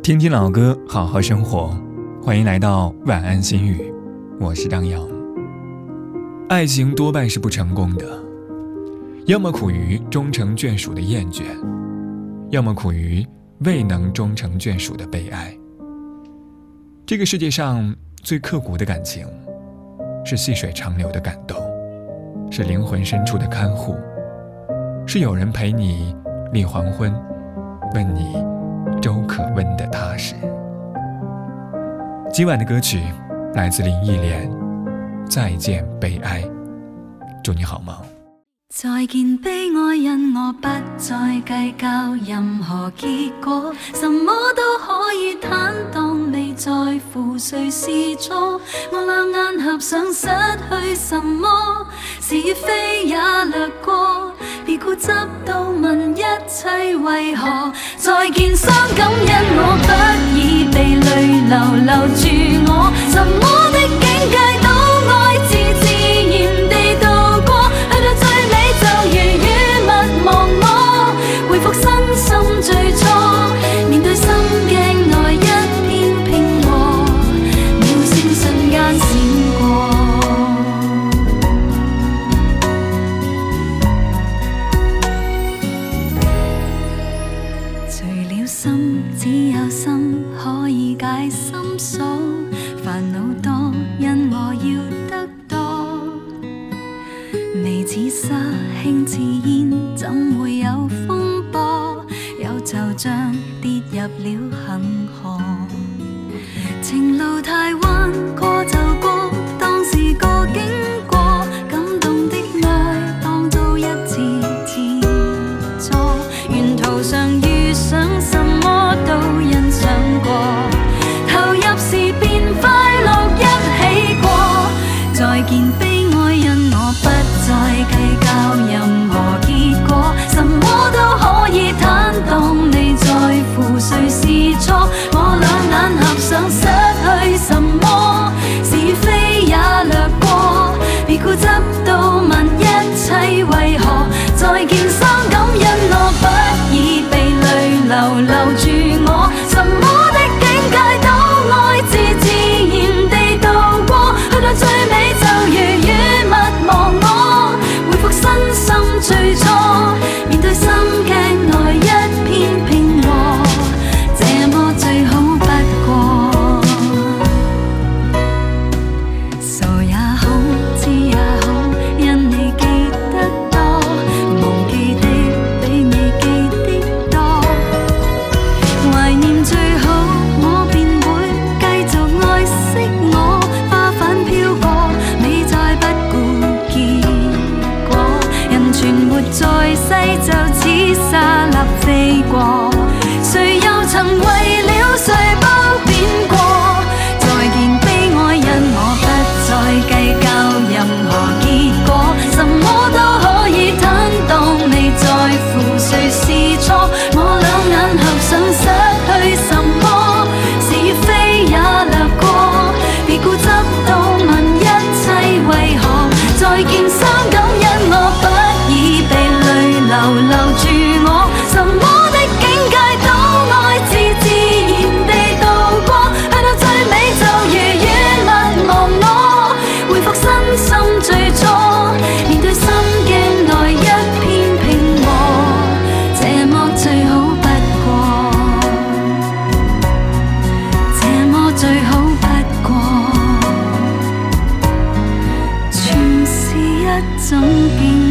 听听老歌，好好生活。欢迎来到晚安心语，我是张扬。爱情多半是不成功的，要么苦于终成眷属的厌倦，要么苦于未能终成眷属的悲哀。这个世界上最刻骨的感情，是细水长流的感动，是灵魂深处的看护，是有人陪你立黄昏，问你粥可温的踏实。今晚的歌曲来自林忆莲，再见悲哀。祝你好梦。 再见悲哀，因我不再计较任何结果，什么都可以坦荡，未在乎谁是错。我两眼合上，失去什么，是非也掠过，别固执到问一切为何。再见伤感，因我不已被泪流留住我，什么的境界都爱自然地度过，去到最美就如雨勿忘我，回復身心最初，面對心鏡內一片平和，秒星瞬間閃過。除了心，只有心可以解心鎖，煩惱多，因我要得多。微似沙，輕似煙，怎會有風波？有惆悵，跌入了恒河。情路太彎，過就過，當是個經過。感動的愛，當做一次自助。沿途上遇上什麼都欣賞過，投入時便快樂一起過。再見悲哀，因我不再計較任何結果，什麼都可以坦蕩，未在乎誰是錯。我兩眼合上，失去什麼，是非也掠過，別固執到問一切為何。再見傷感，因我不已被淚流留住我，什麼的境界都愛自然地度過，去到最美就如雨勿忘我，回復身心最初，面對心鏡內一片平和，這麼最好不過。傻也好，知也好，因你記得多，忘記的比你記的多。懷念最好，我便會繼續愛惜我，花瓣飄過，美再不顧結果。人存活在世，就似沙粒飛過，誰又曾為了誰不變過？再見悲哀，因我不再計較任何結果，什麼都可以坦蕩，未在乎誰是錯。我兩眼合上，失去什麼，是非也掠過，別固執到問一切為何。再見傷感，因我不已被淚流留住我，什麼的境界都愛自然地度過，去到最美就如雨勿忘我，回復身心最初，面對心鏡內一片平和，這麼最好不過，這麼最好不過，全是一種變